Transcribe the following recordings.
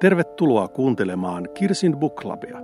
Tervetuloa kuuntelemaan Kirsin Book Clubia.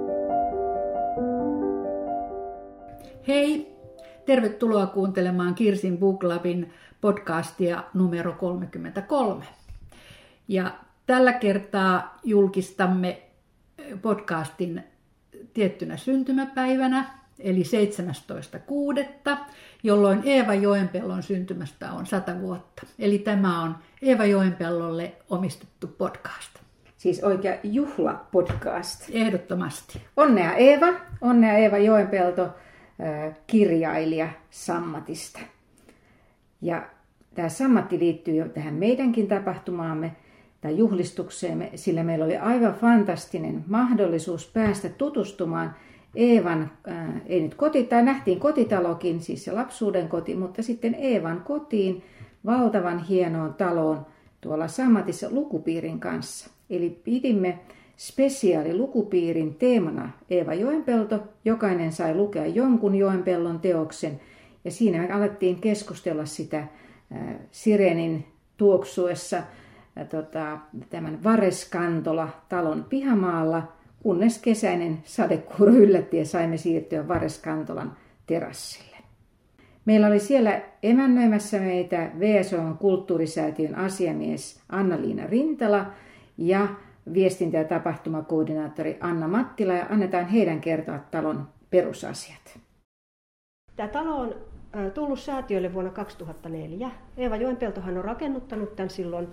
Hei! Tervetuloa kuuntelemaan Kirsin Book Clubin podcastia numero 33. Ja tällä kertaa julkistamme podcastin tiettynä syntymäpäivänä, eli 17.6., jolloin Eeva Joenpellon syntymästä on 100 vuotta. Eli tämä on Eeva Joenpellolle omistettu podcast. Siis oikea juhlapodcast. Ehdottomasti. Onnea Eeva. Onnea Eeva Joenpelto, kirjailija Sammatista. Ja tämä Sammatti liittyy jo tähän meidänkin tapahtumaamme tai juhlistukseemme, sillä meillä oli aivan fantastinen mahdollisuus päästä tutustumaan Eevan, ei nyt nähtiin kotitalokin, siis se lapsuuden koti, mutta sitten Eevan kotiin, valtavan hienoon taloon tuolla Sammatissa lukupiirin kanssa. Eli pidimme spesiaalilukupiirin teemana Eeva Joenpelto. Jokainen sai lukea jonkun Joenpellon teoksen ja siinä me alettiin keskustella sitä sireenin tuoksuessa tämän Vareskantola talon pihamaalla, kunnes kesäinen sadekuuro yllätti ja saimme siirtyä Vareskantolan terassille. Meillä oli siellä emännöimässä meitä VSO:n kulttuurisäätiön asiamies Anna-Liina Rintala ja viestintä- ja tapahtumakoordinaattori Anna Mattila, ja annetaan heidän kertoa talon perusasiat. Tämä talo on tullut säätiölle vuonna 2004. Eeva Joenpeltohan on rakennuttanut tämän silloin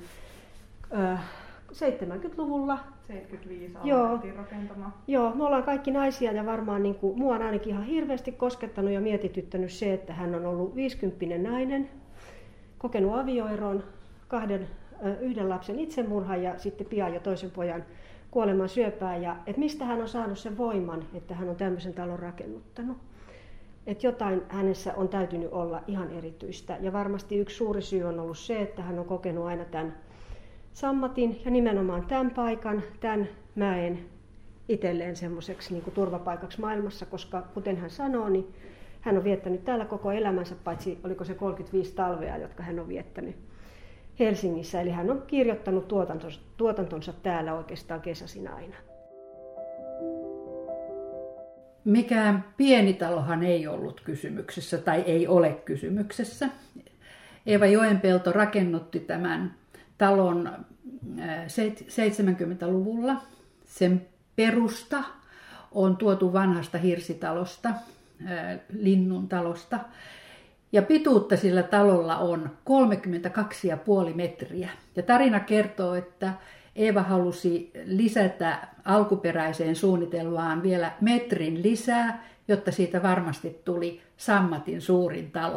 70-luvulla. 75 alettiin rakentamaan. Joo, me ollaan kaikki naisia ja varmaan mua on ainakin ihan hirveästi koskettanut ja mietityttänyt se, että hän on ollut 50 nainen, kokenut avioeron, yhden lapsen itsemurhan ja sitten pian jo toisen pojan kuoleman syöpää. Ja että mistä hän on saanut sen voiman, että hän on tämmöisen talon rakennuttanut. Että jotain hänessä on täytynyt olla ihan erityistä. Ja varmasti yksi suuri syy on ollut se, että hän on kokenut aina tämän Sammatin ja nimenomaan tämän paikan, tämän mäen itselleen semmoiseksi niin kuin turvapaikaksi maailmassa, koska kuten hän sanoo, niin hän on viettänyt täällä koko elämänsä, paitsi oliko se 35 talvea, jotka hän on viettänyt Helsingissä. Eli hän on kirjoittanut tuotantonsa täällä oikeastaan kesäisin aina. Mikään pienitalohan ei ollut kysymyksessä tai ei ole kysymyksessä. Eeva Joenpelto rakennutti tämän talon 70-luvulla. Sen perusta on tuotu vanhasta hirsitalosta, linnun talosta. Ja pituutta sillä talolla on 32,5 metriä. Ja tarina kertoo, että Eeva halusi lisätä alkuperäiseen suunnitelmaan vielä metrin lisää, jotta siitä varmasti tuli Sammatin suurin talo.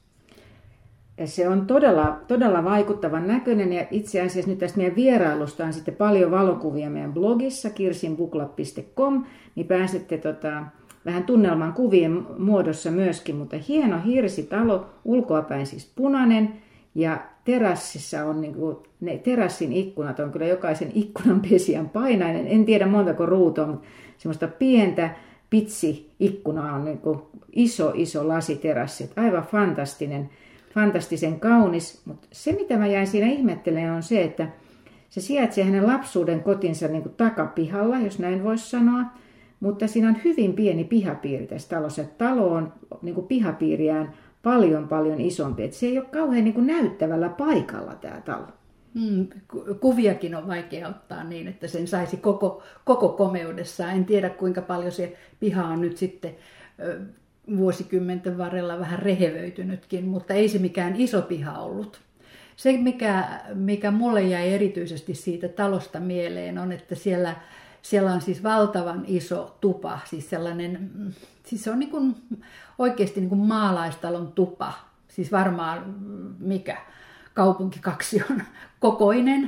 Se on todella vaikuttavan näköinen ja itse asiassa nyt tästä meidän vierailusta on sitten paljon valokuvia meidän blogissa kirsinbooklab.com, niin pääsette vähän tunnelman kuvien muodossa myöskin, mutta hieno hirsitalo, ulkoapäin siis punainen ja terassissa on ne terassin ikkunat on kyllä jokaisen ikkunanpesijän painainen, en tiedä montako ruutua, mutta semmoista pientä pitsi-ikkunaa on iso lasiterassi, aivan fantastisen kaunis, mutta se mitä mä jäin siinä ihmettelemään on se, että se sijaitsee hänen lapsuuden kotinsa takapihalla, jos näin voisi sanoa, mutta siinä on hyvin pieni pihapiiri tässä talossa. Talo on pihapiiriään paljon isompi, että se ei ole kauhean näyttävällä paikalla tämä talo. Kuviakin on vaikea ottaa niin, että sen saisi koko komeudessaan. En tiedä kuinka paljon se piha on nyt sitten vuosikymmenten varrella vähän rehevöitynytkin, mutta ei se mikään iso piha ollut. Se, mikä mulle jäi erityisesti siitä talosta mieleen, on, että siellä on siis valtavan iso tupa, siis se on oikeasti maalaistalon tupa, siis varmaan mikä kaupunkikaksion kokoinen.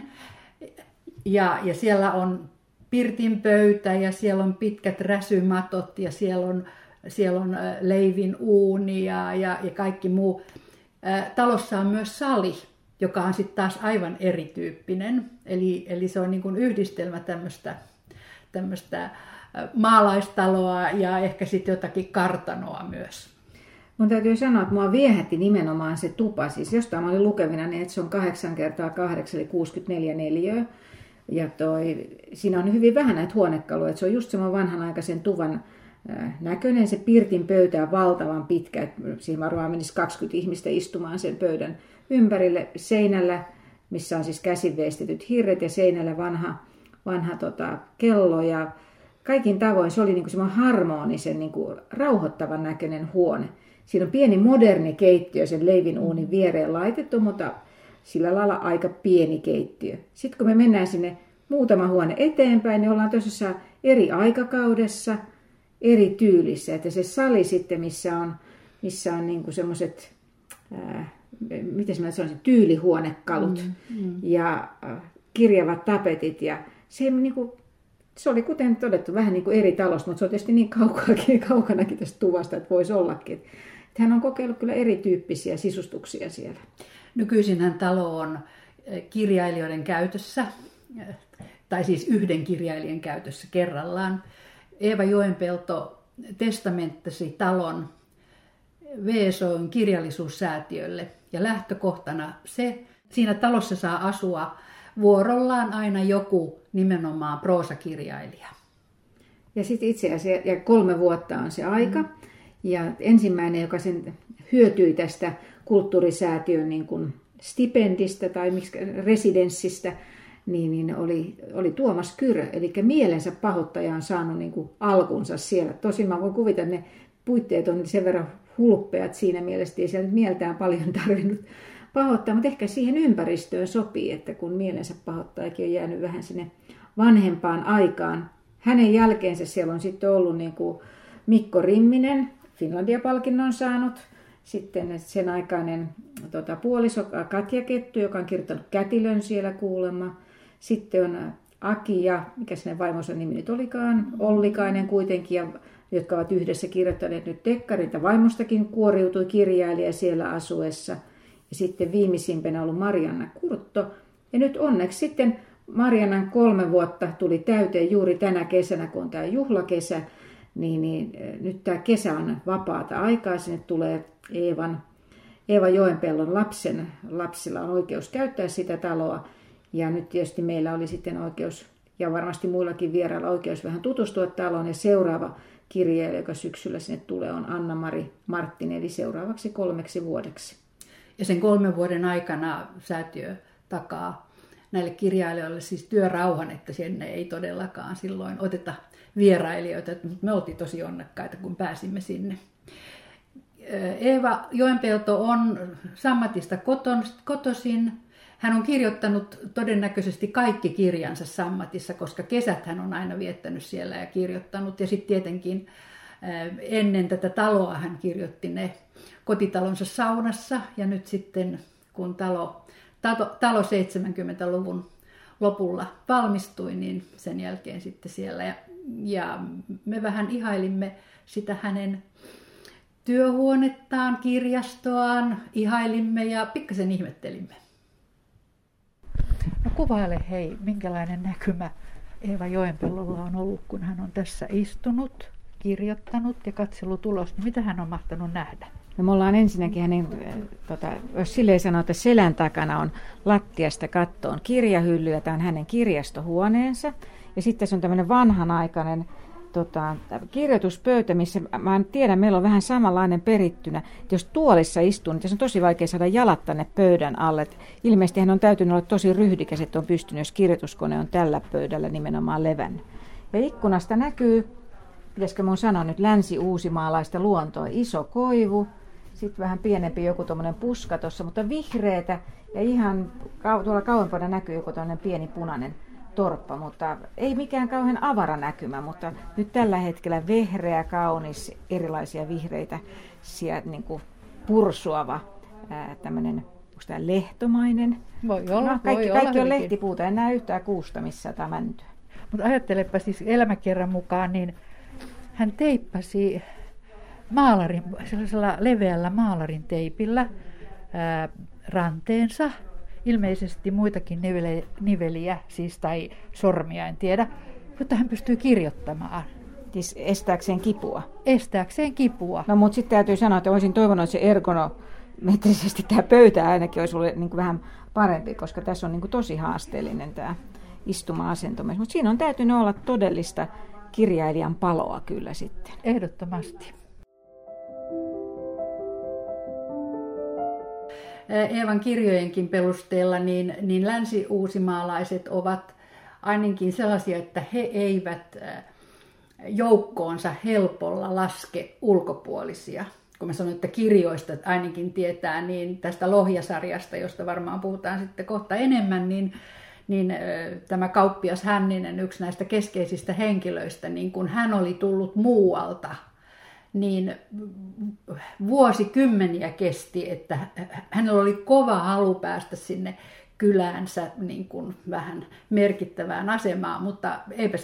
Ja siellä on pirtin pöytä ja siellä on pitkät räsymatot ja siellä on leivin uuni ja kaikki muu. Talossa on myös sali, joka on sitten taas aivan erityyppinen. Eli se on yhdistelmä tämmöistä maalaistaloa ja ehkä sitten jotakin kartanoa myös. Mun täytyy sanoa, että mua viehätti nimenomaan se tupa. Siis jostain mä olin lukevina, niin että se on 8x8 eli 64 neliöä. Ja siinä on hyvin vähän näitä huonekaluja, että se on just semmoinen vanhanaikaisen tuvan näköinen. Se pirtin pöytä on valtavan pitkä, että siinä varmaan menisi 20 ihmistä istumaan sen pöydän ympärille. Seinällä, missä on siis käsin veistetyt hirret ja seinällä vanha kello ja kaikin tavoin se oli niin kuin semmoinen harmonisen, niin kuin rauhoittavan näköinen huone. Siinä on pieni moderni keittiö sen leivinuunin viereen laitettu, mutta sillä lailla aika pieni keittiö. Sitten kun me mennään sinne muutama huone eteenpäin, niin ollaan tosissaan eri aikakaudessa, eri tyylissä. Että se sali sitten, missä on niin kuin semmoiset, miten mä sanoisin, tyylihuonekalut ja kirjavat tapetit. Ja se oli kuten todettu vähän niin kuin eri talosta, mutta se on tietysti niin kaukanakin tästä tuvasta, että voisi ollakin. Että hän on kokeillut kyllä erityyppisiä sisustuksia siellä. Nykyisinhän talo on kirjailijoiden käytössä, tai siis yhden kirjailijan käytössä kerrallaan. Eeva Joenpelto testamenttasi talon VSO:n kirjallisuussäätiölle ja lähtökohtana siinä talossa saa asua vuorollaan aina joku nimenomaan proosakirjailija. Ja sitten itse asiassa 3 vuotta on se aika. Ja ensimmäinen, joka sen hyötyi tästä kulttuurisäätiön niin kuin stipendistä tai residenssistä, niin oli Tuomas Kyrö. Eli mielensä pahoittaja on saanut niin kuin alkunsa siellä. Tosin mä voin kuvitella, että ne puitteet on sen verran hulppeat siinä mielessä, ei siellä mieltään paljon tarvinnut pahoittaa, mutta ehkä siihen ympäristöön sopii, että kun mielensä pahoittajakin on jäänyt vähän sinne vanhempaan aikaan. Hänen jälkeensä siellä on sitten ollut niin kuin Mikko Rimminen, Finlandia-palkinnon saanut, sitten sen aikainen puoliso Katja Kettu, joka on kirjoittanut Kätilön siellä kuulemma. Sitten on Aki ja, mikä sinne vaimonsa nimi nyt olikaan, Ollikainen kuitenkin, jotka ovat yhdessä kirjoittaneet nyt dekkarit. Vaimostakin kuoriutui kirjailija siellä asuessa. Ja sitten viimeisimpänä ollut Marianna Kurtto. Ja nyt onneksi sitten Mariannan 3 vuotta tuli täyteen juuri tänä kesänä, kun on tämä juhlakesä. Niin nyt tämä kesä on vapaata aikaa. Sinne tulee Eeva Joenpellon lapsilla on oikeus käyttää sitä taloa. Ja nyt tietysti meillä oli sitten oikeus, ja varmasti muillakin vierailla oikeus vähän tutustua taloon. Ja seuraava kirjailija, joka syksyllä sinne tulee, on Anna-Mari Marttinen, eli seuraavaksi 3 vuodeksi. Ja sen 3 vuoden aikana säätiö takaa näille kirjailijoille siis työrauhan, että sinne ei todellakaan silloin oteta vierailijoita. Me oltiin tosi onnekkaita, kun pääsimme sinne. Eeva Joenpelto on Sammatista kotoisin. Hän on kirjoittanut todennäköisesti kaikki kirjansa Sammatissa, koska kesät hän on aina viettänyt siellä ja kirjoittanut. Ja sitten tietenkin ennen tätä taloa hän kirjoitti ne kotitalonsa saunassa. Ja nyt sitten kun talo 70-luvun lopulla valmistui, niin sen jälkeen sitten siellä. Ja me vähän ihailimme sitä hänen työhuonettaan, kirjastoaan, ihailimme ja pikkasen ihmettelimme. No kuvaile hei, minkälainen näkymä Eeva Joenpellolla on ollut, kun hän on tässä istunut, kirjoittanut ja katsellut ulos. Niin mitä hän on mahtanut nähdä? No me ollaan ensinnäkin hänen, jos silleen sanoo, että selän takana on lattiasta kattoon kirjahylly ja tämä on hänen kirjastohuoneensa. Ja sitten tässä on tämmöinen vanhanaikainen kirjoituspöytä, missä mä tiedän, meillä on vähän samanlainen perittynä, että jos tuolissa istuu, niin tässä on tosi vaikea saada jalat tänne pöydän alle. Että ilmeisesti hän on täytynyt olla tosi ryhdikäs, että on pystynyt, jos kirjoituskone on tällä pöydällä nimenomaan levännyt. Ja ikkunasta näkyy, pitäisikö mun sanoa nyt, länsi-uusimaalaista luontoa, iso koivu, sitten vähän pienempi joku tuommoinen puska tuossa, mutta vihreätä ja ihan tuolla kauempana näkyy joku tuollainen pieni punainen torppa, mutta ei mikään kauhean avara näkymä, mutta nyt tällä hetkellä vehreä, kaunis, erilaisia vihreitä, sieltä niin kuin pursuava, tämmöinen, onko tämä lehtomainen? Voi olla, no, kaikki on lehtipuuta, en näe yhtään kuusta missään tai mäntyä. Mutta ajattelepa siis elämäkerran mukaan, niin hän teippasi sellaisella leveällä maalarin teipillä ranteensa, ilmeisesti muitakin niveliä, siis tai sormia, en tiedä, jotta hän pystyy kirjoittamaan. Siis estääkseen kipua? Estääkseen kipua. No mutta sitten täytyy sanoa, että olisin toivonut, että se ergonometrisesti tämä pöytä ainakin olisi ollut niin kuin vähän parempi, koska tässä on niin kuin tosi haasteellinen tämä istuma-asentomme. Mutta siinä on täytynyt olla todellista kirjailijan paloa kyllä sitten. Ehdottomasti. Eevan kirjojenkin perusteella niin länsi-uusimaalaiset ovat ainakin sellaisia, että he eivät joukkoonsa helpolla laske ulkopuolisia. Kun mä sanoin, että kirjoista ainakin tietää, niin tästä Lohja-sarjasta, josta varmaan puhutaan sitten kohta enemmän, niin tämä kauppias Hänninen, yksi näistä keskeisistä henkilöistä, niin kun hän oli tullut muualta, niin vuosikymmeniä kesti, että hänellä oli kova halu päästä sinne kyläänsä niin kuin vähän merkittävään asemaan, mutta eipä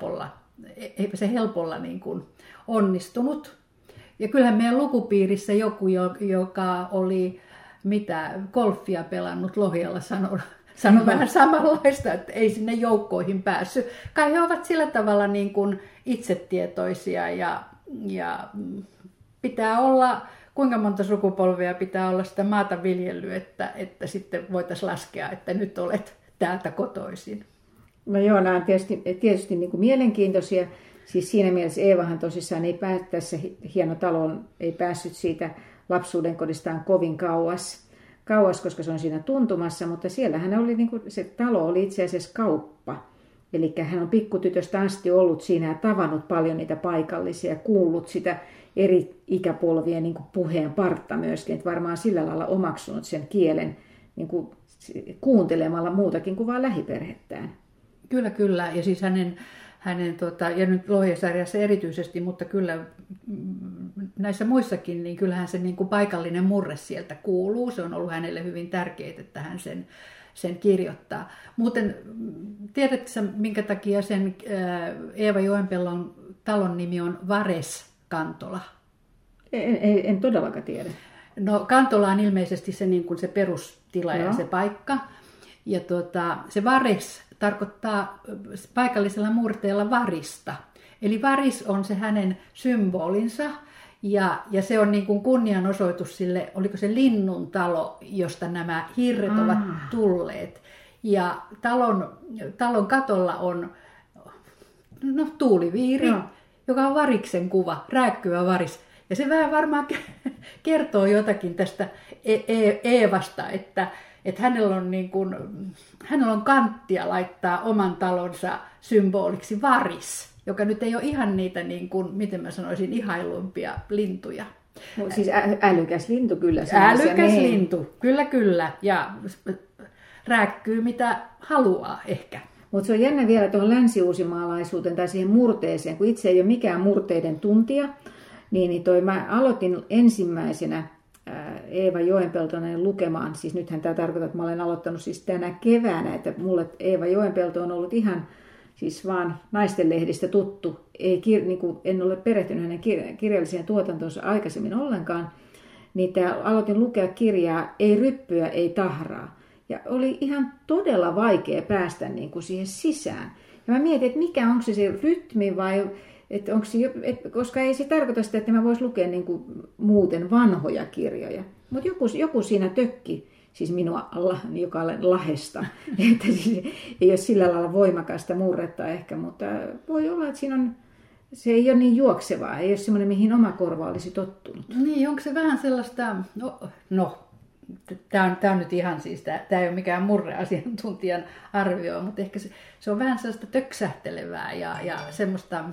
se helpolla niin kuin onnistunut. Ja kyllähän meidän lukupiirissä joku, joka oli golfia pelannut Lohjalla, sanoi vähän samanlaista, että ei sinne joukkoihin päässyt. Kai he ovat sillä tavalla niin kuin itsetietoisia ja pitää olla, kuinka monta sukupolvea pitää olla sitä maata viljelyä, että sitten voitaisiin laskea, että nyt olet täältä kotoisin. No joo, nämä on tietysti niin kuin mielenkiintoisia. Siis siinä mielessä Eevahan tosissaan ei tässä hieno taloon ei päässyt siitä lapsuuden kodistaan kovin kauas, koska se on siinä tuntumassa, mutta siellähän oli, niin kuin, se talo oli itse asiassa kauppa. Eli hän on pikkutytöstä asti ollut siinä ja tavannut paljon niitä paikallisia ja kuullut sitä eri ikäpolvien niin kuin puheen partta myöskin. Että varmaan sillä lailla omaksunut sen kielen niin kuin kuuntelemalla muutakin kuin vain lähiperhettään. Kyllä. Ja siis hänen ja nyt Lohja-sarjassa erityisesti, mutta kyllä näissä muissakin, niin kyllähän se niin kuin paikallinen murre sieltä kuuluu. Se on ollut hänelle hyvin tärkeää, että hän sen kirjoittaa. Muuten, tiedätkö minkä takia sen Eeva Joenpellon talon nimi on Vares-Kantola? En todellakaan tiedä. No Kantola on ilmeisesti se, niin kuin se perustila ja se paikka. Ja se Vares tarkoittaa paikallisella murteella varista. Eli varis on se hänen symbolinsa. Ja se on niin kuin kunnianosoitus sille, oliko se linnun talo, josta nämä hirret ovat tulleet. Ja talon katolla on tuuliviiri, joka on variksen kuva, rääkkyvä varis. Ja se vähän varmaan kertoo jotakin tästä Eevasta, että hänellä on kanttia laittaa oman talonsa symboliksi varis, joka nyt ei ole ihan niitä, niin kuin, miten mä sanoisin, ihailuimpia lintuja. No, siis älykäs lintu kyllä. Älykäs lintu, kyllä. Ja rääkkyy mitä haluaa ehkä. Mutta se on jännä vielä tuohon länsi-uusimaalaisuuteen tai siihen murteeseen, kun itse ei ole mikään murteiden tuntija, niin mä aloitin ensimmäisenä Eeva Joenpeltonen lukemaan, siis nythän tämä tarkoittaa, että mä olen aloittanut siis tänä keväänä, että mulle Eeva Joenpelto on ollut ihan siis vaan naistenlehdistä tuttu, en ole perehtynyt hänen kirjalliseen tuotantonsa aikaisemmin ollenkaan, niin aloitin lukea kirjaa Ei ryppyä, ei tahraa. Ja oli ihan todella vaikea päästä niin kuin siihen sisään. Ja mä mietin, että mikä onko se rytmi vai että onko se, koska ei se tarkoita sitä, että mä vois lukea niin kuin muuten vanhoja kirjoja. Mutta joku siinä tökki, siis minua, joka olen Lahdesta, että siis ei ole sillä lailla voimakasta murretta ehkä, mutta voi olla, että siinä on, se ei ole niin juoksevaa, ei ole semmoinen, mihin oma korva olisi tottunut. Niin, onko se vähän sellaista, tämä on nyt ihan siis, tämä ei ole mikään murreasiantuntijan arvio, mutta ehkä se on vähän sellaista töksähtelevää ja semmoista,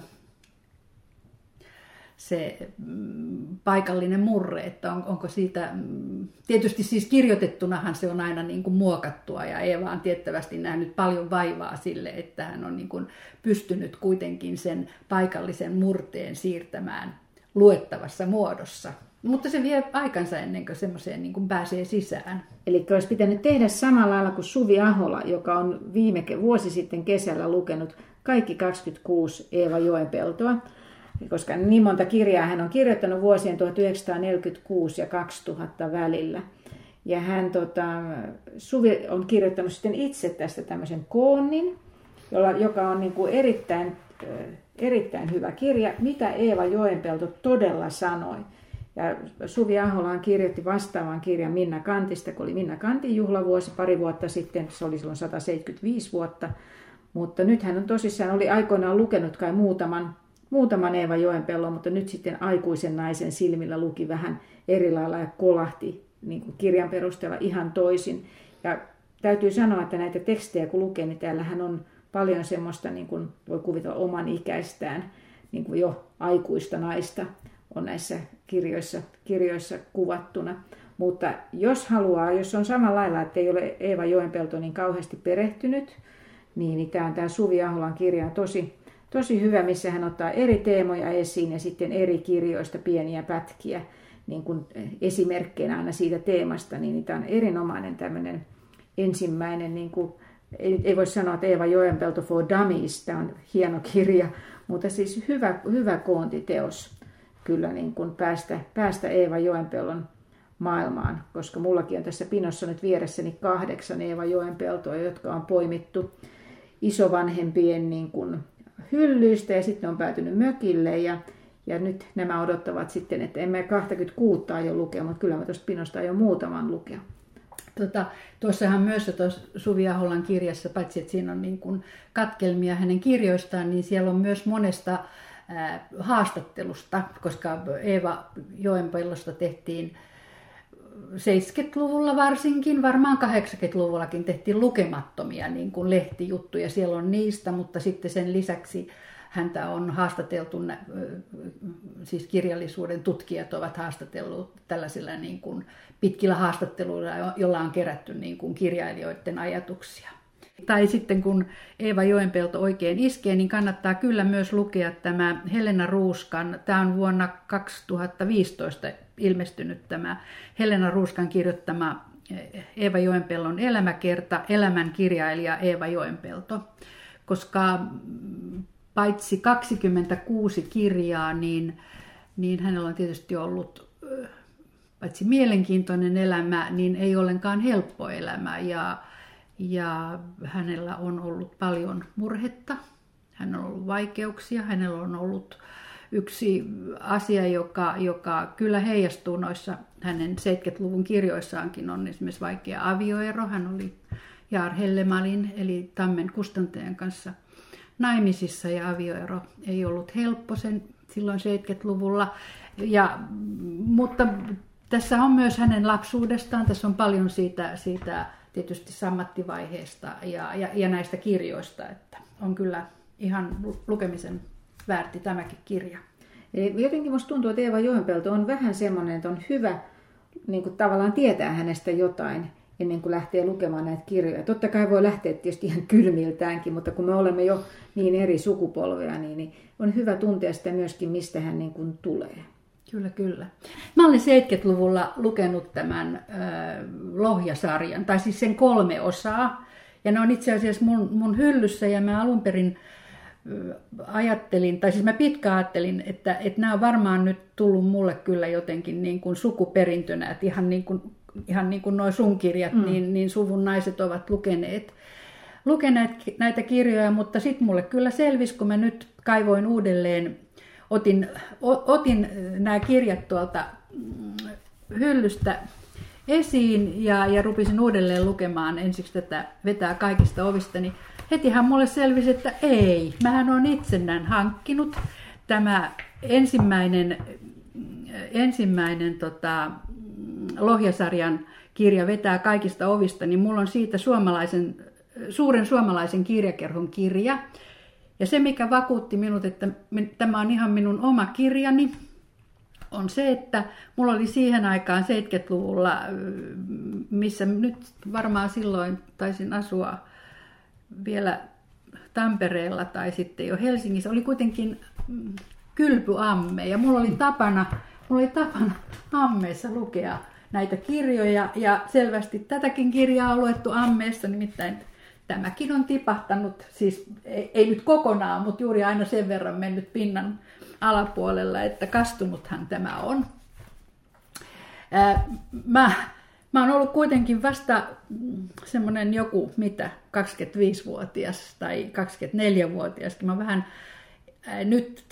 se paikallinen murre, että onko siitä, tietysti siis kirjoitettunahan se on aina niin kuin muokattua ja Eeva on tiettävästi nähnyt paljon vaivaa sille, että hän on niin kuin pystynyt kuitenkin sen paikallisen murteen siirtämään luettavassa muodossa. Mutta se vie aikansa ennen kuin semmoiseen niin kuin pääsee sisään. Eli olisi pitänyt tehdä samalla lailla kuin Suvi Ahola, joka on vuosi sitten kesällä lukenut kaikki 26 Eeva Joenpeltoa. Koska niin monta kirjaa hän on kirjoittanut vuosien 1946 ja 2000 välillä. Ja Suvi on kirjoittanut sitten itse tästä tämmöisen koonnin, joka on niin kuin erittäin hyvä kirja, mitä Eeva Joenpelto todella sanoi. Ja Suvi Aholaan kirjoitti vastaavan kirjan Minna Kantista, kun oli Minna Kantin juhlavuosi pari vuotta sitten, se oli silloin 175 vuotta. Mutta nyt hän on tosissaan, oli aikoinaan lukenut kai muutaman Eeva Joenpellon, mutta nyt sitten aikuisen naisen silmillä luki vähän eri lailla ja kolahti niin kuin kirjan perusteella ihan toisin. Ja täytyy sanoa, että näitä tekstejä kun lukee, niin täällähän on paljon semmoista, niin kuin voi kuvitella oman ikäistään, niin kuin jo aikuista naista on näissä kirjoissa kuvattuna. Mutta jos on samalla lailla, että ei ole Eeva Joenpelto niin kauheasti perehtynyt, niin tämä Suvi Aholan kirja on tosi hyvä, missä hän ottaa eri teemoja esiin ja sitten eri kirjoista pieniä pätkiä niin kuin esimerkkeinä aina siitä teemasta. Niin tämä on erinomainen tämmöinen ensimmäinen, niin kuin, ei voi sanoa, että Eeva Joenpelto for Dummies, tämä on hieno kirja, mutta siis hyvä koontiteos kyllä niin kuin päästä Eeva Joenpellon maailmaan, koska mullakin on tässä pinossa nyt vieressäni 8 Eeva Joenpeltoa, jotka on poimittu isovanhempien niin kuin hyllyistä ja sitten on päätynyt mökille ja nyt nämä odottavat sitten, että emme 26 aio lukea, mutta kyllä mä tuosta pinosta aion muutaman lukea. Tuossahan myös tuossa Suvi Aholan kirjassa, paitsi että siinä on niin kuin katkelmia hänen kirjoistaan, niin siellä on myös monesta haastattelusta, koska Eeva Joenpellosta tehtiin 70-luvulla varsinkin, varmaan 80-luvullakin tehtiin lukemattomia niin kuin lehtijuttuja, siellä on niistä, mutta sitten sen lisäksi häntä on haastateltu, siis kirjallisuuden tutkijat ovat haastatellut tällaisilla niin kuin pitkillä haastatteluilla, jolla on kerätty niin kuin kirjailijoiden ajatuksia. Tai sitten kun Eeva Joenpelto oikein iskee, niin kannattaa kyllä myös lukea tämä Helena Ruuskan, tämä on vuonna 2015 ilmestynyt tämä Helena Ruuskan kirjoittama Eeva Joenpellon elämäkerta, elämän kirjailija Eeva Joenpelto, koska paitsi 26 kirjaa, niin hänellä on tietysti ollut paitsi mielenkiintoinen elämä, niin ei ollenkaan helppo elämä ja hänellä on ollut paljon murhetta, hänellä on ollut vaikeuksia, hänellä on ollut yksi asia, joka kyllä heijastuu noissa hänen 70-luvun kirjoissaankin, on esimerkiksi vaikea avioero. Hän oli Jaar Hellemalin eli Tammen kustantajan kanssa naimisissa ja avioero ei ollut helppo silloin 70-luvulla. Mutta tässä on myös hänen lapsuudestaan, tässä on paljon siitä tietysti sammattivaiheesta ja näistä kirjoista, että on kyllä ihan lukemisen väärti tämäkin kirja. Jotenkin musta tuntuu, että Eeva Joenpelto on vähän semmoinen, että on hyvä niin kuin tavallaan tietää hänestä jotain ennen kuin lähtee lukemaan näitä kirjoja. Totta kai voi lähteä tietysti ihan kylmiltäänkin, mutta kun me olemme jo niin eri sukupolvea, niin on hyvä tuntea sitä myöskin, mistä hän niin kuin tulee. Kyllä. Mä olin 70-luvulla lukenut tämän Lohja-sarjan, tai siis sen 3 osaa. Ja ne on itse asiassa mun hyllyssä ja mä alun perin ajattelin, tai siis mä pitkään ajattelin, että nämä on varmaan nyt tullut mulle kyllä jotenkin niin kuin sukuperintönä, että ihan niin kuin nuo sun kirjat, niin suvun naiset ovat lukeneet näitä kirjoja, mutta sitten mulle kyllä selvisi, kun mä nyt kaivoin uudelleen, otin nämä kirjat tuolta hyllystä esiin ja rupesin uudelleen lukemaan ensiksi tätä Vetää kaikista ovista, niin hetihän mulle selvisi, että ei. Mähän olen itse näin hankkinut. Tämä ensimmäinen Lohjasarjan kirja Vetää kaikista ovista, niin mulla on siitä suuren suomalaisen kirjakerhon kirja. Ja se, mikä vakuutti minut, että tämä on ihan minun oma kirjani, on se, että mulla oli siihen aikaan 70-luvulla, missä nyt varmaan silloin taisin asua vielä Tampereella tai sitten jo Helsingissä, oli kuitenkin kylpyamme ja mulla oli tapana ammeessa lukea näitä kirjoja ja selvästi tätäkin kirjaa on luettu ammeessa, nimittäin tämäkin on tipahtanut, siis ei nyt kokonaan, mutta juuri aina sen verran mennyt pinnan alapuolella, että kastunuthan tämä on. Mä oon ollut kuitenkin vasta semmoinen joku, 25-vuotias tai 24-vuotias. Mä vähän nyt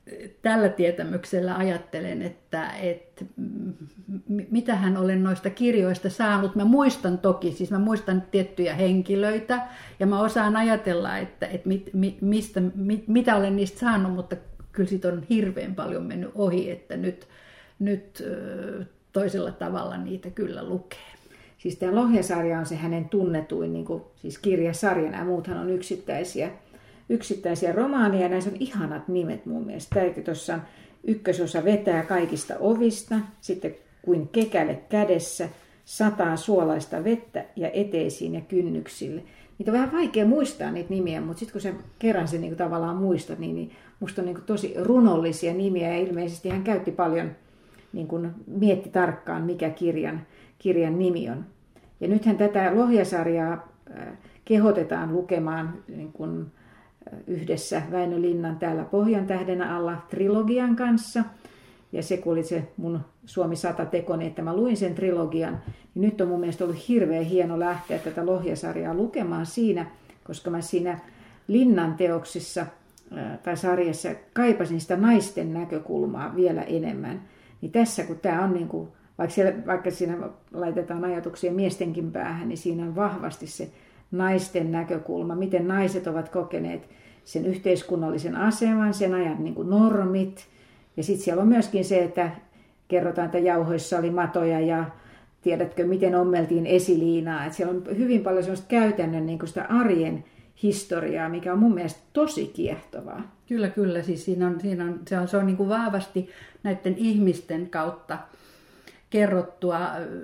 tällä tietämyksellä ajattelen, että mitähän olen noista kirjoista saanut. Mä muistan toki, siis mä muistan tiettyjä henkilöitä ja mä osaan ajatella, että mitä olen niistä saanut, mutta kyllä siitä on hirveän paljon mennyt ohi, että nyt toisella tavalla niitä kyllä lukee. Siis tämä Lohja-sarja on se hänen tunnetuin niin kuin, siis kirjasarja, nämä muuthan on yksittäisiä romaaneja, näissä on ihanat nimet mun mielestä. Tuossa ykkösosa Vetää kaikista ovista, sitten Kuin kekäle kädessä, Sataa suolaista vettä ja Eteisiin ja kynnyksille. Niitä on vähän vaikea muistaa niitä nimiä, mutta sitten kun sä kerran sen niin tavallaan muistat, niin musta on niin tosi runollisia nimiä ja ilmeisesti hän käytti paljon, niin kuin mietti tarkkaan mikä kirjan nimi on. Ja nythän tätä Lohja-sarjaa kehotetaan lukemaan niin kuin yhdessä Väinö Linnan Täällä Pohjantähden alla trilogian kanssa. Ja se, kun oli se mun Suomi 100 tekoni, että mä luin sen trilogian, niin nyt on mun mielestä ollut hirveän hieno lähteä tätä Lohja-sarjaa lukemaan siinä, koska mä siinä Linnan teoksissa tai sarjassa kaipasin sitä naisten näkökulmaa vielä enemmän. Niin tässä, kun tämä on niin kuin, vaikka siinä laitetaan ajatuksia miestenkin päähän, niin siinä on vahvasti se naisten näkökulma, miten naiset ovat kokeneet sen yhteiskunnallisen aseman, sen ajan niin kuin normit. Ja sitten siellä on myöskin se, että kerrotaan, että jauhoissa oli matoja ja tiedätkö, miten ommeltiin esiliinaa. Että siellä on hyvin paljon sellaista käytännön niin kuin sitä arjen historiaa, mikä on mun mielestä tosi kiehtovaa. Kyllä. Siis se on niin kuin vahvasti näiden ihmisten kautta kerrottua.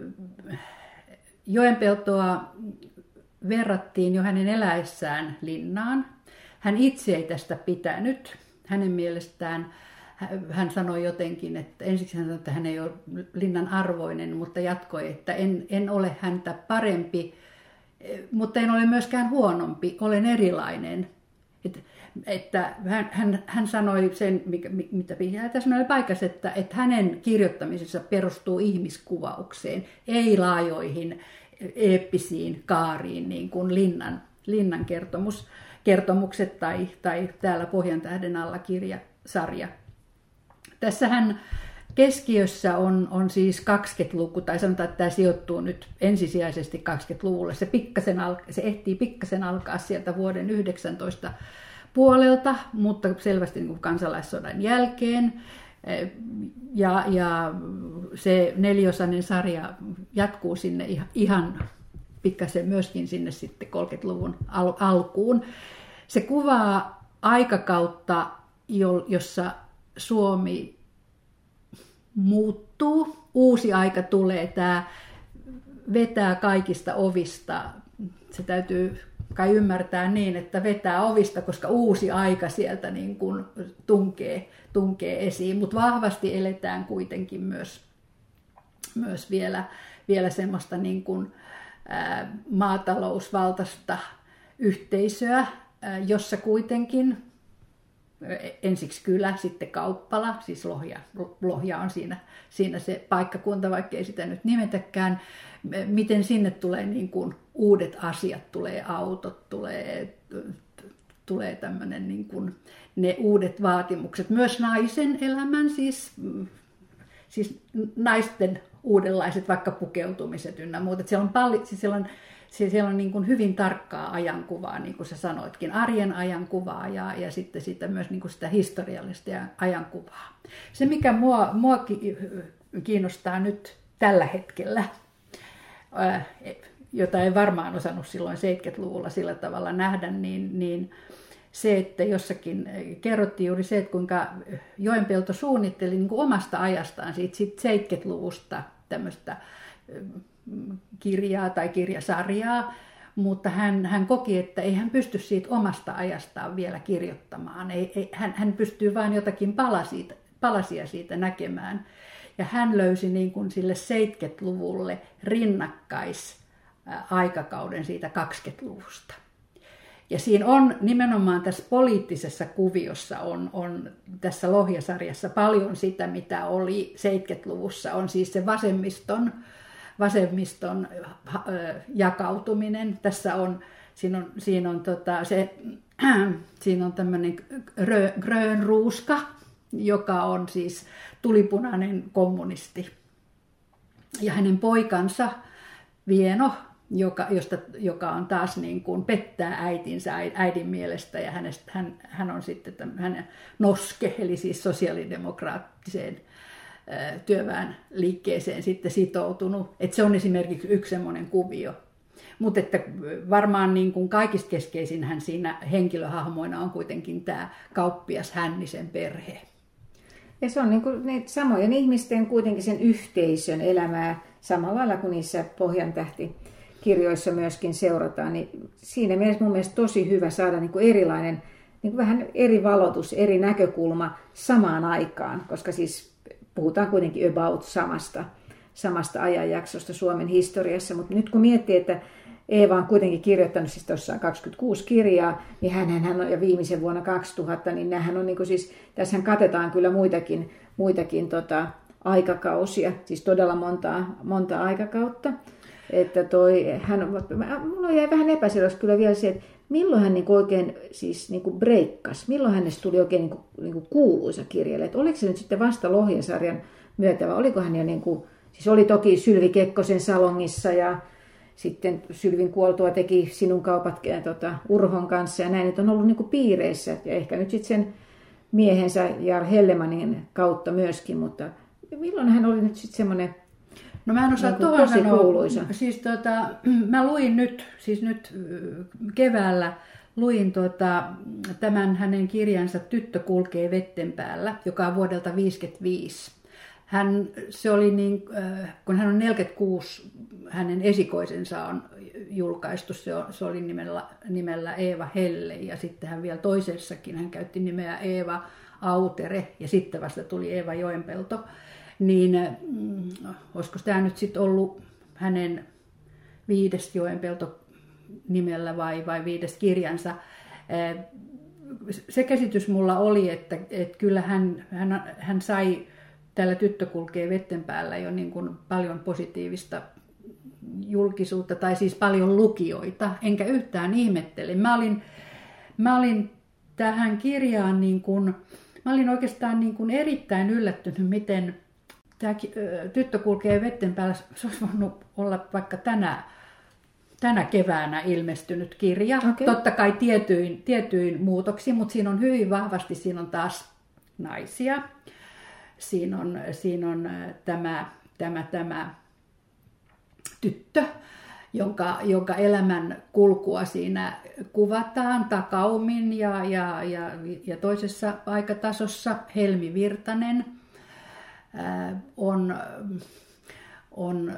Joenpeltoa verrattiin jo hänen eläessään Linnaan. Hän itse ei tästä pitänyt. Hänen mielestään hän sanoi jotenkin, että ensiksi hän sanoi, että hän ei ole Linnan arvoinen, mutta jatkoi, että en ole häntä parempi, mutta en ole myöskään huonompi, olen erilainen. Että hän sanoi sen, mitä pitää täsmälleen paikassa, että hänen kirjoittamisensa perustuu ihmiskuvaukseen, ei laajoihin eeppisiin kaariin, niin kuin Linnan kertomukset tai Täällä Pohjantähden alla -sarja. Tässähän keskiössä on siis 20-luku, tai sanotaan, että tämä sijoittuu nyt ensisijaisesti 20-luvulle. Se ehtii pikkasen alkaa sieltä vuoden 19 puolelta, mutta selvästi niin kuin kansalaissodan jälkeen. Ja se 4-osainen sarja jatkuu sinne ihan pikkasen myöskin sinne sitten 30-luvun alkuun. Se kuvaa aikakautta, jossa Suomi muuttuu. Uusi aika tulee, tämä vetää kaikista ovista. Se täytyy kai ymmärtää niin, että vetää ovista, koska uusi aika sieltä niin kuin tunkee esiin. Mutta vahvasti eletään kuitenkin myös vielä semmoista niin kuin maatalousvaltaista yhteisöä, jossa kuitenkin ensiksi kylä, sitten kauppala, siis Lohja on siinä se paikkakunta, vaikka ei sitä nyt nimetäkään. Miten sinne tulee niin kuin uudet asiat, tulee autot, tulee tämmöinen niin kuin ne uudet vaatimukset. Myös naisen elämän, siis naisten uudenlaiset vaikka pukeutumiset ynnä muuta. Siellä on niin kuin hyvin tarkkaa ajankuvaa, niin kuin sä sanoitkin, arjen ajankuvaa ja sitten sitä myös niin kuin sitä historiallista ajankuvaa. Se, mikä mua kiinnostaa nyt tällä hetkellä, jota en varmaan osannut silloin 70-luvulla sillä tavalla nähdä, niin se, että jossakin kerrottiin juuri se, että kuinka Joenpelto suunnitteli niin kuin omasta ajastaan siitä 70-luvusta tämmöistä kirjaa tai kirjasarjaa, mutta hän koki, että ei hän pysty siitä omasta ajastaan vielä kirjoittamaan. Hän pystyy vain jotakin palasia siitä näkemään. Ja hän löysi niin kuin sille 70-luvulle rinnakkaisaikakauden siitä 20-luvusta. Ja siinä on nimenomaan tässä poliittisessa kuviossa on tässä Lohja-sarjassa paljon sitä, mitä oli 70-luvussa. On siis se vasemmiston jakautuminen. Siinä on tämmöinen grönruuska, joka on siis tulipunainen kommunisti. Ja hänen poikansa Vieno, joka on taas niin kuin pettää äitinsä äidin mielestä, ja hän on sitten hänen Noske, eli siis sosiaalidemokraattiseen työväen liikkeeseen sitten sitoutunut. Että se on esimerkiksi yksi semmoinen kuvio. Mutta että varmaan niin kuin kaikista keskeisinhän siinä henkilöhahmoina on kuitenkin tämä kauppias Hännisen perhe. Ja se on niin kuin samojen ihmisten kuitenkin sen yhteisön elämää samalla lailla kuin niissä Pohjantähti-kirjoissa myöskin seurataan. Niin siinä mielessä mun mielestä tosi hyvä saada niin kuin erilainen, niin kuin vähän eri valotus, eri näkökulma samaan aikaan, koska siis puhutaan kuitenkin about samasta ajanjaksosta Suomen historiassa. Mutta nyt kun miettii, että Eeva on kuitenkin kirjoittanut siis tuossa 26 kirjaa, niin hän on, ja viimeisen vuonna 2000, niin nämähän on niin kuin siis, tässähän katetaan kyllä muitakin aikakausia, siis todella monta aikakautta. Että mulla jäi vähän epäselväksi kyllä vielä se, että milloin hän niin oikein siis niin kuin breikkasi, milloin hänestä tuli oikein niin kuin kuuluisa kirjailija. Että oliko se nyt sitten vasta Lohjan-sarjan myötä, vai oliko hän jo niin kuin, siis oli toki Sylvi Kekkosen salongissa ja sitten Sylvin kuoltua teki Sinun kaupat Urhon kanssa ja näin, että on ollut niin kuin piireissä ja ehkä nyt sitten sen miehensä Jar Hellemanin kautta myöskin, mutta milloin hän oli nyt sitten semmoinen No mä en osaa niin tuohon sanoa. kuuluisa. Siis mä luin nyt keväällä tämän hänen kirjansa Tyttö kulkee vetten päällä, joka on vuodelta 1955. Kun hän on 46, hänen esikoisensa on julkaistu, se oli nimellä Eeva Helle, ja sitten hän vielä toisessakin, hän käytti nimeä Eeva Autere, ja sitten vasta tuli Eeva Joenpelto. Niin olisiko tämä nyt sitten ollut hänen 5. Joenpelto nimellä vai 5. kirjansa. Se käsitys mulla oli, että kyllä hän sai tällä Tyttö kulkee vetten päällä jo niin kuin paljon positiivista julkisuutta, tai siis paljon lukijoita, enkä yhtään ihmettele. Mä olin tähän kirjaan, mä olin oikeastaan niin kuin erittäin yllättynyt, miten tämä Tyttö kulkee vetten päällä, se olisi voinut olla vaikka tänä keväänä ilmestynyt kirja. Okay. Totta kai tietyin muutoksiin, mutta siinä on hyvin vahvasti, siinä on taas naisia. Siinä on tämä tyttö, jonka elämän kulkua siinä kuvataan takaumin ja toisessa aikatasossa. Helmi Virtanen on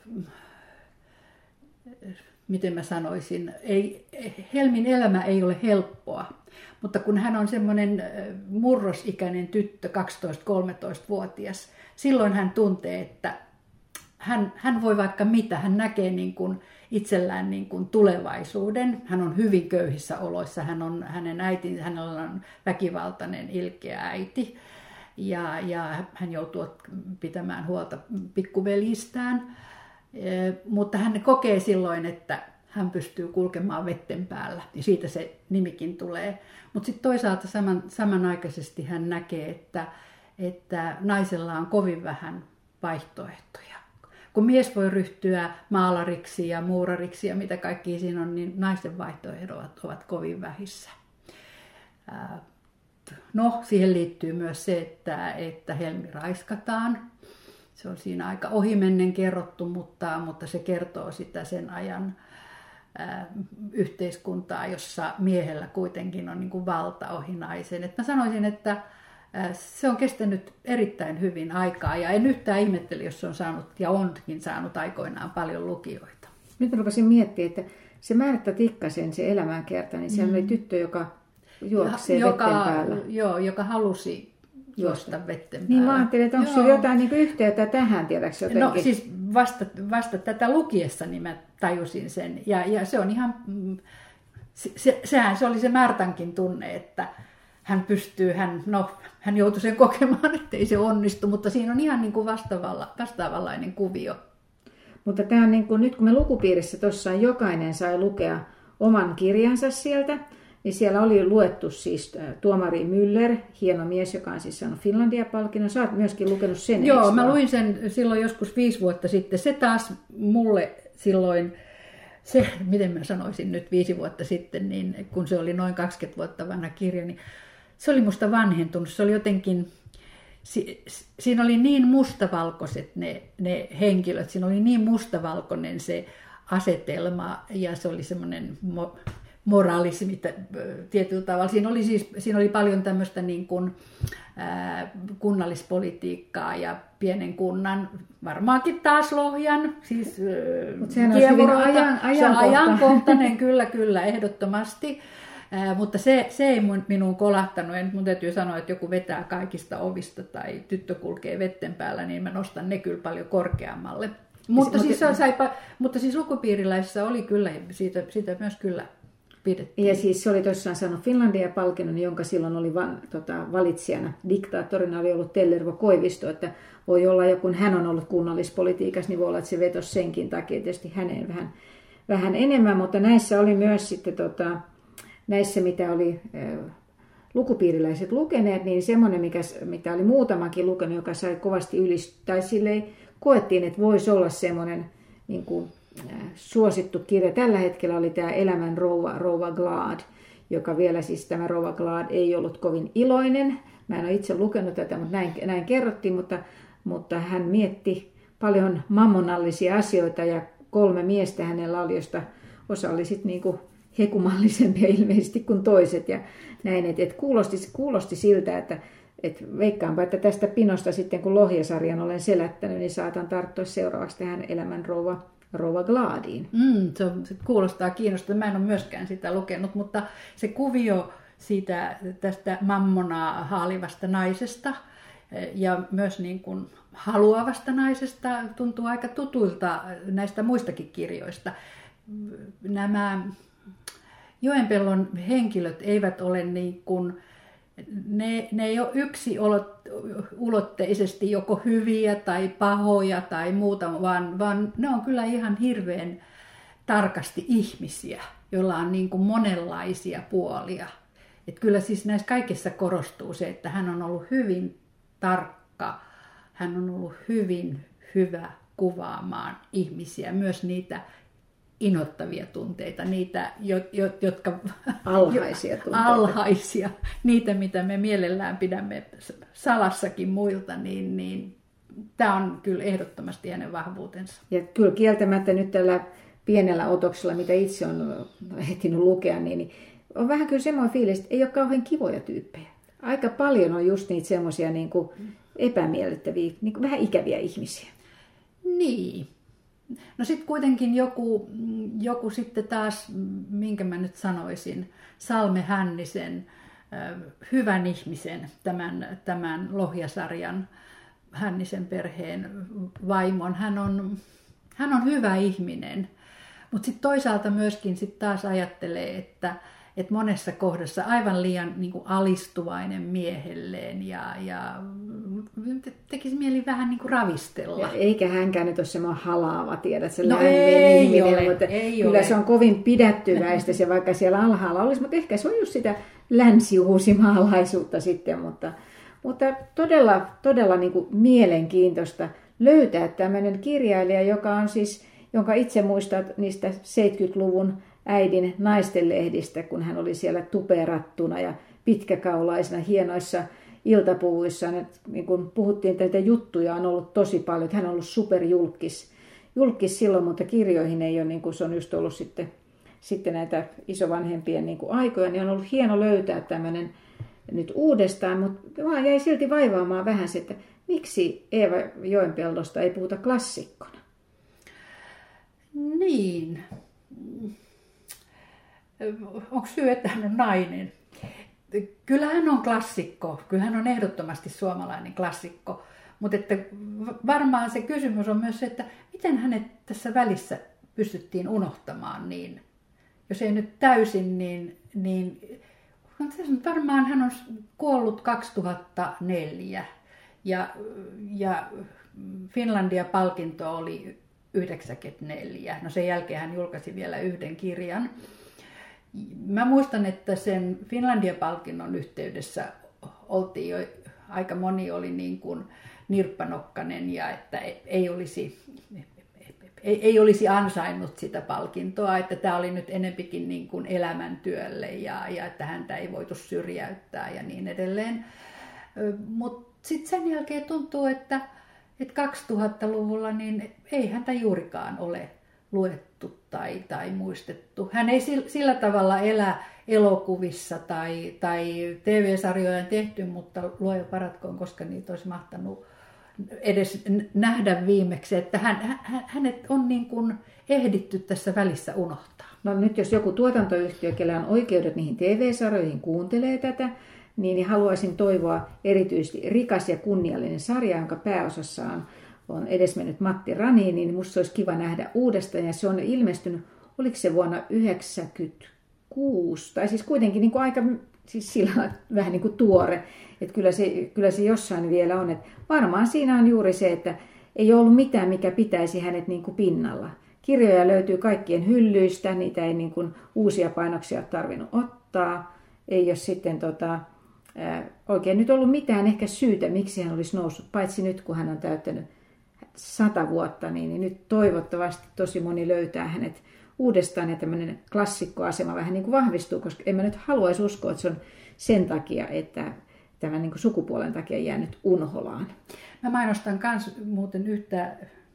miten mä sanoisin, Helmin elämä ei ole helppoa, mutta kun hän on semmoinen murrosikäinen tyttö, 12-13-vuotias, silloin hän tuntee, että hän voi vaikka mitä, hän näkee niin kuin itsellään niin kuin tulevaisuuden. Hän on hyvin köyhissä oloissa, hänellä on väkivaltainen, ilkeä äiti ja hän joutuu pitämään huolta pikkuveljistään. Mutta hän kokee silloin, että hän pystyy kulkemaan vetten päällä, ja siitä se nimikin tulee. Mutta sitten toisaalta samanaikaisesti hän näkee, että naisella on kovin vähän vaihtoehtoja. Kun mies voi ryhtyä maalariksi ja muurariksi ja mitä kaikki siinä on, niin naisten vaihtoehdot ovat kovin vähissä. No, siihen liittyy myös se, että Helmi raiskataan. Se on siinä aika ohimennen kerrottu, mutta se kertoo sitä sen ajan yhteiskuntaa, jossa miehellä kuitenkin on niin kuin valta ohi naisen. Et mä sanoisin, että se on kestänyt erittäin hyvin aikaa ja en yhtään ihmettele, jos se on saanut ja onkin saanut aikoinaan paljon lukijoita. Nyt mä rupesin miettimään, että se Märta Tikkasen se elämänkerta, niin siellä oli tyttö, joka juoksee vetten päällä. Joo, joka halusi juosta vetten päällä. Niin mä ajattelin, että onko sinulla jotain niin yhteyttä tähän, tiedätkö jotenkin? No siis vasta tätä lukiessani mä tajusin sen. Ja se on ihan, se oli se Märtankin tunne, että hän pystyy, hän joutui sen kokemaan, ettei se onnistu, mutta siinä on ihan niin kuin vastaavanlainen kuvio. Mutta tämä on niin kuin, nyt kun me lukupiirissä tuossa jokainen sai lukea oman kirjansa sieltä, niin siellä oli luettu siis tuomari Müller, hieno mies, joka on siis saanut Finlandia-palkinnon. Sä oot myöskin lukenut sen. Joo, mä luin sen silloin joskus 5 vuotta sitten. Se taas mulle silloin, se, miten mä sanoisin nyt 5 vuotta sitten, niin kun se oli noin 20 vuotta vanha kirja, niin se oli musta vanhentunut. Se oli jotenkin, siinä oli niin mustavalkoiset ne henkilöt, siinä oli niin mustavalkoinen se asetelma ja se oli semmoinen moraalismi tietyllä tavalla. Siinä oli paljon tämmöistä niin kuin, kunnallispolitiikkaa ja pienen kunnan, varmaankin taas Lohjan, siis ajankohtainen, kyllä, ehdottomasti. Mutta se ei minuun kolahtanut. Mun täytyy sanoa, että joku vetää kaikista ovista tai tyttö kulkee vetten päällä, niin mä nostan ne kyllä paljon korkeammalle. Mutta siis lukupiiriläisessä oli kyllä, siitä myös kyllä pidettiin. Ja siis se oli tosiaan saanut Finlandia-palkinnon, jonka silloin oli valitsijana, diktaattorina oli ollut Tellervo Koivisto, että voi olla jo, kun hän on ollut kunnallispolitiikassa, niin voi olla, että se vetosi senkin takia tietysti häneen vähän enemmän, mutta näissä oli myös sitten näissä, mitä oli lukupiiriläiset lukeneet, niin semmoinen, mitä oli muutamakin lukenut, joka sai kovasti tai silleen koettiin, että voisi olla semmoinen niin kuin suosittu kirja. Tällä hetkellä oli tämä Elämän rouva Glad, joka vielä siis tämä rouva Glad ei ollut kovin iloinen. Mä en ole itse lukenut tätä, mutta näin kerrottiin, mutta hän mietti paljon mammonallisia asioita ja 3 miestä hänellä oli, josta osa oli sitten niin kuin hekumallisempia ilmeisesti kuin toiset ja näin, että kuulosti siltä, että veikkaanpa, että tästä pinosta sitten kun Lohja-sarjan olen selättänyt, niin saatan tarttua seuraavaksi tähän Elämän rouva Gladiin. Se kuulostaa kiinnostavaa. Mä en ole myöskään sitä lukenut, mutta se kuvio tästä mammonaa haalivasta naisesta ja myös niin kuin haluavasta naisesta tuntuu aika tutuilta näistä muistakin kirjoista. Nämä Joenpellon henkilöt eivät ole niin kuin, ne ei ole yksiulotteisesti joko hyviä tai pahoja tai muuta, vaan ne on kyllä ihan hirveän tarkasti ihmisiä, joilla on niin kuin monenlaisia puolia. Et kyllä siis näissä kaikissa korostuu se, että hän on ollut hyvin tarkka, hän on ollut hyvin hyvä kuvaamaan ihmisiä, myös niitä inhottavia tunteita, niitä, jotka alhaisia, niitä mitä me mielellään pidämme salassakin muilta, niin tämä on kyllä ehdottomasti hänen vahvuutensa. Ja kyllä kieltämättä nyt tällä pienellä otoksella, mitä itse on ehtinyt lukea, niin on vähän kyllä semmoinen fiilis, että ei ole kauhean kivoja tyyppejä. Aika paljon on just niitä semmoisia niin kuin epämiellyttäviä, niin kuin vähän ikäviä ihmisiä. Niin. No sitten kuitenkin joku sitten taas, minkä mä nyt sanoisin, Salme Hännisen, hyvän ihmisen, tämän Lohja-sarjan Hännisen perheen vaimon. Hän on hyvä ihminen, mutta sitten toisaalta myöskin sit taas ajattelee, että monessa kohdassa aivan liian niin kuin alistuvainen miehelleen ja tekisi mieli vähän niin kuin ravistella. Ja eikä hänkään nyt ole semmoinen halaava, tiedät, se ei ihminen, ole, mutta ei kyllä ole. Se on kovin pidättyväistä se, vaikka siellä alhaalla olisi, mutta ehkä se on just sitä länsi-uusimaalaisuutta sitten, mutta todella, todella niin kuin mielenkiintoista löytää tämmöinen kirjailija, joka on siis, jonka itse muistaa niistä 70-luvun äidin naistenlehdistä, kun hän oli siellä tuperattuna ja pitkäkaulaisena hienoissa iltapuvuissa. Niin kun puhuttiin, että näitä juttuja on ollut tosi paljon, että hän on ollut superjulkis silloin, mutta kirjoihin ei ole, niin kuin se on just ollut sitten näitä isovanhempien niin kuin aikoja, niin on ollut hieno löytää tämmöinen nyt uudestaan, mutta vaan jäi silti vaivaamaan vähän se, että miksi Eeva Joenpellosta ei puhuta klassikkona? Niin. Onko syy, että hän on nainen? Kyllä hän on klassikko. Kyllä hän on ehdottomasti suomalainen klassikko. Mutta että varmaan se kysymys on myös se, että miten hänet tässä välissä pystyttiin unohtamaan niin. Jos ei nyt täysin, niin varmaan hän on kuollut 2004 ja Finlandia-palkinto oli 94. No sen jälkeen hän julkaisi vielä yhden kirjan. Mä muistan, että sen Finlandia-palkinnon yhteydessä oltiin jo, aika moni oli niin kuin nirppanokkainen ja että ei olisi ansainnut sitä palkintoa, että tämä oli nyt enempikin niin kuin elämäntyölle ja että häntä ei voitu syrjäyttää ja niin edelleen. Mutta sitten sen jälkeen tuntuu, että 2000-luvulla niin ei häntä juurikaan ole luettu tai muistettu. Hän ei sillä tavalla elä elokuvissa tai TV-sarjoja tehty, mutta luoja paratkoon, koska niitä olisi mahtanut edes nähdä viimeksi, että hänet on niin kuin ehditty tässä välissä unohtaa. No nyt jos joku tuotantoyhtiö, kellä on oikeudet niihin TV-sarjoihin, kuuntelee tätä, niin haluaisin toivoa erityisesti rikas ja kunniallinen sarja, jonka pääosassa on edesmennyt Matti Rani, niin musta olisi kiva nähdä uudestaan. Ja se on ilmestynyt, oliko se vuonna 1996, tai siis kuitenkin niin kuin aika siis sillä vähän niin kuin tuore. Että kyllä se jossain vielä on. Että varmaan siinä on juuri se, että ei ollut mitään, mikä pitäisi hänet niin kuin pinnalla. Kirjoja löytyy kaikkien hyllyistä, niitä ei niin kuin uusia painoksia ole tarvinnut ottaa. Ei ole sitten oikein nyt ollut mitään ehkä syytä, miksi hän olisi noussut, paitsi nyt kun hän on täyttänyt 100 vuotta, niin nyt toivottavasti tosi moni löytää hänet uudestaan ja tämmöinen klassikkoasema vähän niin kuin vahvistuu, koska en mä nyt haluaisi uskoa, että se on sen takia, että tämän niin kuin sukupuolen takia jäänyt unholaan. Mä mainostan myös muuten yhtä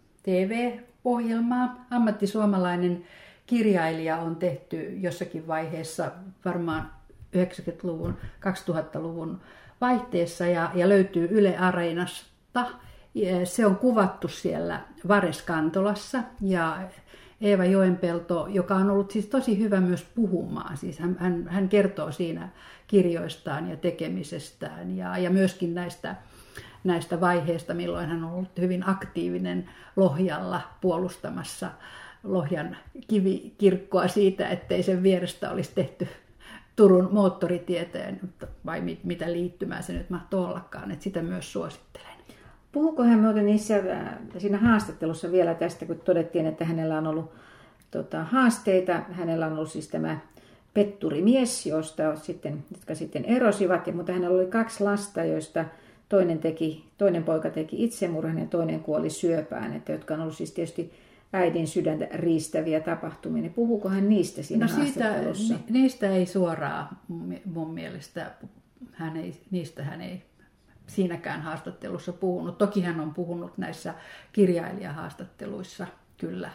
TV-ohjelmaa. Ammattisuomalainen kirjailija on tehty jossakin vaiheessa varmaan 90-luvun, 2000-luvun vaihteessa ja löytyy Yle Areenasta. Se on kuvattu siellä Vareskantolassa ja Eeva Joenpelto, joka on ollut siis tosi hyvä myös puhumaan. Siis hän kertoo siinä kirjoistaan ja tekemisestään ja myöskin näistä vaiheista, milloin hän on ollut hyvin aktiivinen Lohjalla puolustamassa Lohjan kivikirkkoa siitä, ettei sen vierestä olisi tehty Turun moottoritieteen, vai mitä liittymää se nyt mahtoi ollakaan, että sitä myös suosittelen. Puhuuko hän muuten siinä haastattelussa vielä tästä, kun todettiin, että hänellä on ollut haasteita. Hänellä on ollut siis tämä petturimies, jotka sitten erosivat, mutta hänellä oli 2 lasta, joista toinen poika teki itsemurhan ja toinen kuoli syöpään, jotka on ollut siis tietysti äidin sydäntä riistäviä tapahtumia. Niin puhuuko hän niistä siinä haastattelussa? Niistä ei suoraan mun mielestä, niistä hän ei siinäkään haastattelussa puhunut. Toki hän on puhunut näissä kirjailijahaastatteluissa kyllä.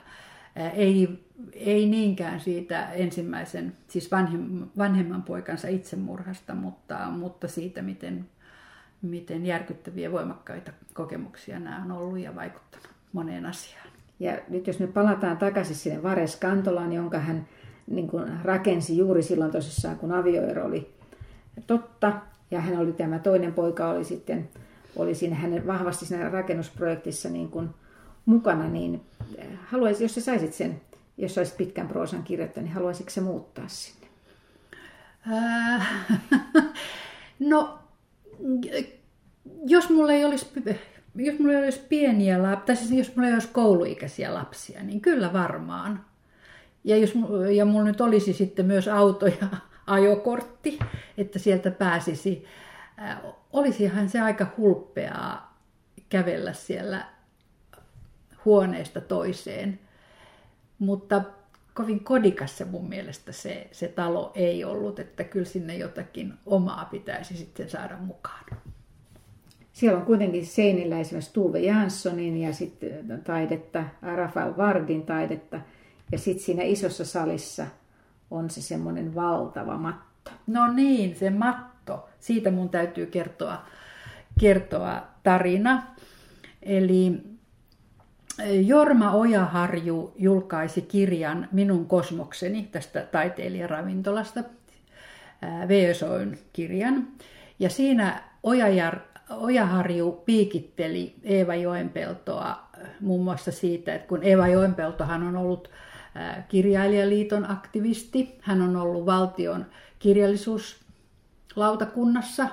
Ei niinkään siitä ensimmäisen, siis vanhemman poikansa itsemurhasta, mutta siitä, miten järkyttäviä voimakkaita kokemuksia nämä on ollut ja vaikuttanut moneen asiaan. Ja nyt jos me palataan takaisin sinne Vareskantolaan, jonka hän niin kuin rakensi juuri silloin tosissaan, kun avioero oli totta, ja hän oli tämä toinen poika oli siinä hänen vahvasti siinä rakennusprojektissa niin kuin mukana, niin haluaisin, jos sä saisit sen, jos saisit pitkän proosan kirjoittaa, niin haluaisitko sä muuttaa sinne? No, jos mulla ei olisi pieniä lapsia, tai siis jos mulla ei olisi kouluikäisiä lapsia, niin kyllä varmaan. Ja mulla nyt olisi sitten myös auto ja ajokortti, että sieltä pääsisi. Olisihan se aika hulppeaa kävellä siellä huoneesta toiseen, mutta kovin kodikassa mun mielestä se talo ei ollut, että kyllä sinne jotakin omaa pitäisi sitten saada mukaan. Siellä on kuitenkin seinillä esimerkiksi Tove Janssonin ja sitten taidetta, Rafael Vardin taidetta ja sitten siinä isossa salissa on se semmoinen valtava matto. No niin, se matto. Siitä mun täytyy kertoa tarina. Eli Jorma Ojaharju julkaisi kirjan Minun kosmokseni tästä taiteilijaravintolasta, VSOyn kirjan. Ja siinä Ojaharju piikitteli Eeva Joenpeltoa muun muassa siitä, että kun Eeva Joenpeltohan on ollut Kirjailijaliiton aktivisti, hän on ollut valtion kirjallisuuslautakunnassa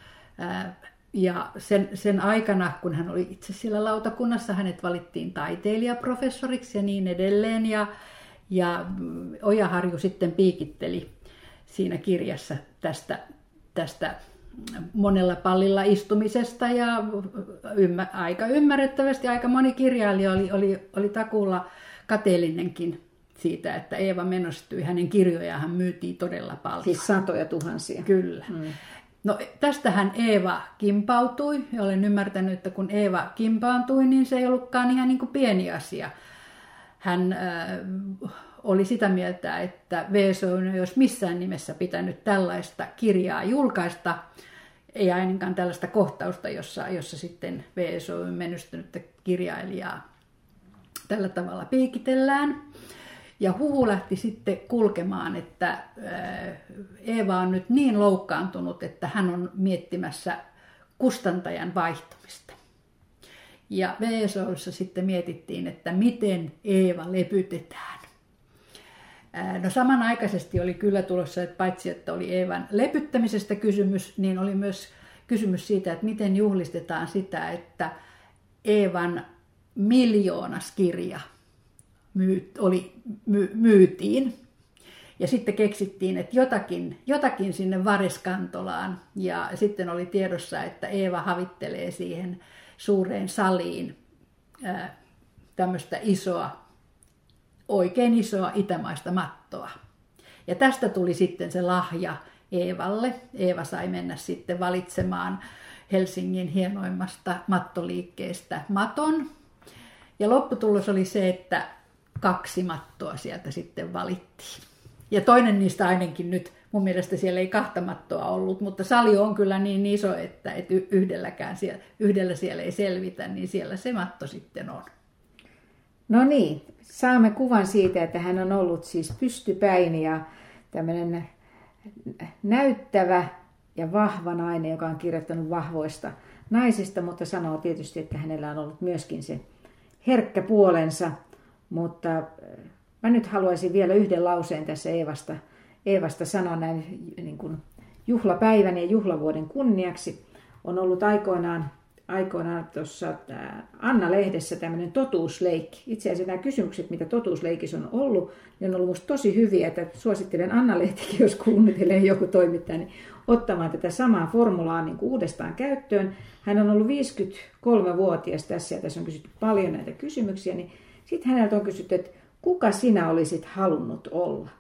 ja sen aikana, kun hän oli itse siellä lautakunnassa, hänet valittiin taiteilijaprofessoriksi ja niin edelleen ja Ojaharju sitten piikitteli siinä kirjassa tästä monella pallilla istumisesta ja aika ymmärrettävästi aika moni kirjailija oli takuulla kateellinenkin siitä, että Eeva menostui. Hänen kirjojaan hän myytiin todella paljon. Siis satoja tuhansia. Kyllä. No tästähän Eeva kimpautui. Ja olen ymmärtänyt, että kun Eeva kimpaantui, niin se ei ollutkaan ihan niin kuin pieni asia. Hän oli sitä mieltä, että VSO ei olisi missään nimessä pitänyt tällaista kirjaa julkaista. Ei ainakaan tällaista kohtausta, jossa sitten VSO menestynyttä kirjailijaa tällä tavalla piikitellään. Ja huhu lähti sitten kulkemaan, että Eeva on nyt niin loukkaantunut, että hän on miettimässä kustantajan vaihtamista. Ja VSO:ssa sitten mietittiin, että miten Eeva lepytetään. No samanaikaisesti oli kyllä tulossa, että paitsi että oli Eevan lepyttämisestä kysymys, niin oli myös kysymys siitä, että miten juhlistetaan sitä, että Eevan miljoonas kirja myytiin. Ja sitten keksittiin, että jotakin sinne Vareskantolaan. Ja sitten oli tiedossa, että Eeva havittelee siihen suureen saliin tämmöistä oikein isoa itämaista mattoa. Ja tästä tuli sitten se lahja Eevalle. Eeva sai mennä sitten valitsemaan Helsingin hienoimmasta mattoliikkeestä maton. Ja lopputulos oli se, että 2 mattoa sieltä sitten valittiin. Ja toinen niistä ainakin nyt, mun mielestä siellä ei 2 mattoa ollut, mutta sali on kyllä niin iso, että yhdellä siellä ei selvitä, niin siellä se matto sitten on. No niin, saamme kuvan siitä, että hän on ollut siis pystypäin ja tämmöinen näyttävä ja vahva nainen, joka on kirjoittanut vahvoista naisista, mutta sanoo tietysti, että hänellä on ollut myöskin se herkkä puolensa. Mutta mä nyt haluaisin vielä yhden lauseen tässä Eevasta sanoa näin niin kuin juhlapäivän ja juhlavuoden kunniaksi. On ollut aikoinaan tuossa Anna-lehdessä tämmöinen totuusleikki. Itse asiassa nämä kysymykset, mitä totuusleikissä on ollut, niin on ollut musta tosi hyviä, että suosittelen Anna-lehtikin, jos kuunnitelee joku toimittaja, niin ottamaan tätä samaa formulaa niin kuin uudestaan käyttöön. Hän on ollut 53-vuotias tässä ja tässä on kysytty paljon näitä kysymyksiä, niin sitten häneltä on kysytty, että kuka sinä olisit halunnut olla?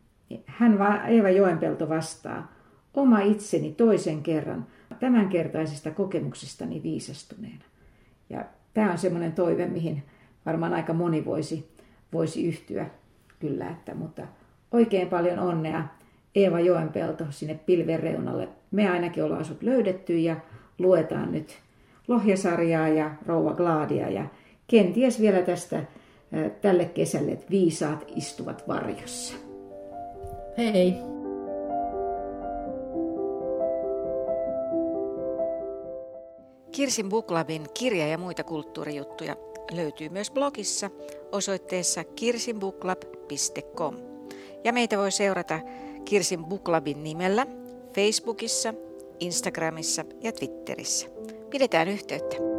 Eeva Joenpelto vastaa, oma itseni toisen kerran, tämänkertaisista kokemuksistani viisastuneena. Ja tämä on semmoinen toive, mihin varmaan aika moni voisi yhtyä kyllä, mutta oikein paljon onnea Eeva Joenpelto sinne pilven reunalle. Me ainakin ollaan sut löydetty ja luetaan nyt Lohjasarjaa ja Rouva Gladia ja kenties vielä tälle kesälle, että viisaat istuvat varjossa. Hei! Kirsin Book Clubin kirja- ja muita kulttuurijuttuja löytyy myös blogissa osoitteessa kirsinbookclub.com. Ja meitä voi seurata Kirsin Book Clubin nimellä Facebookissa, Instagramissa ja Twitterissä. Pidetään yhteyttä.